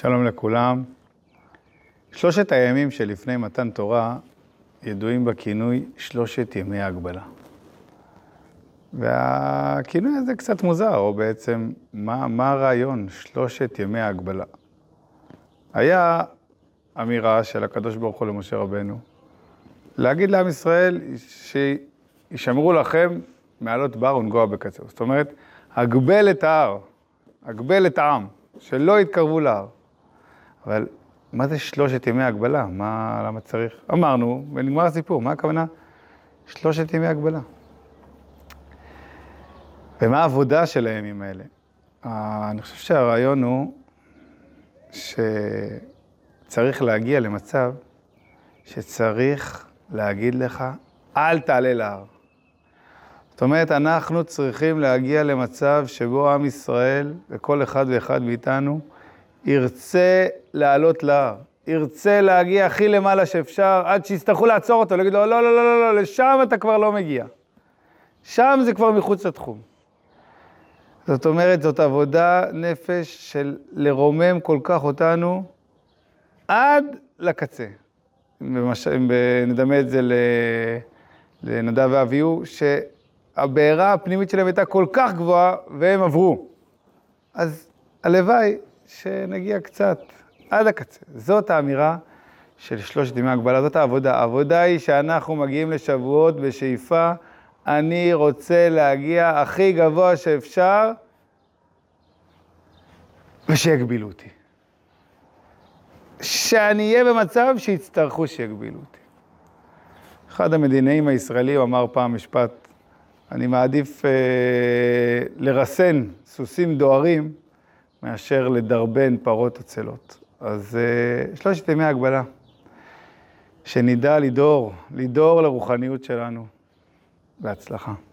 שלום לכולם. שלושת הימים שלפני מתן תורה ידועים בכינוי שלושת ימי ההגבלה. והכינוי הזה קצת מוזר, או בעצם מה הרעיון שלושת ימי ההגבלה? היה אמירה של הקדוש ברוך הוא למשה רבנו, להגיד לעם ישראל שישמרו לכם מעלות בר ונגוע בקצה. זאת אומרת, הגבל את ההר, הגבל את העם, שלא יתקרבו להר. אבל מה זה שלושת ימי ההגבלה? למה צריך? אמרנו, ונגמר הסיפור, מה הכוונה? שלושת ימי ההגבלה. ומה העבודה של הימים האלה? אני חושב שהרעיון הוא שצריך להגיע למצב שצריך להגיד לך, אל תעלה להר. זאת אומרת, אנחנו צריכים להגיע למצב שבו עם ישראל וכל אחד ואחד מאיתנו ירצה לעלות להר, ירצה להגיע הכי למעלה שאפשר, עד שיצטרכו לעצור אותו, להגיד לו, לא, לא, לא, לא, לא, לשם אתה כבר לא מגיע. שם זה כבר מחוץ לתחום. זאת אומרת, זאת עבודה נפש של לרומם כל כך אותנו עד לקצה. נדמה את זה לנדב ואביהו, שהבעירה הפנימית שלהם הייתה כל כך גבוהה והם עברו. אז הלוואי שנגיע קצת עד הקצה. זאת האמירה של שלושת ימי ההגבלה, זאת העבודה. העבודה היא שאנחנו מגיעים לשבועות בשאיפה, אני רוצה להגיע הכי גבוה שאפשר, ושיגבילו אותי. שאני אהיה במצב שיצטרכו שיגבילו אותי. אחד המדינאים הישראלים אמר פעם משפט, אני מעדיף לרסן סוסים דוהרים, מאשר לדרבן פרות עצלות. אז שלושת ימי ההגבלה, שנדע לדור לרוחניות שלנו. בהצלחה.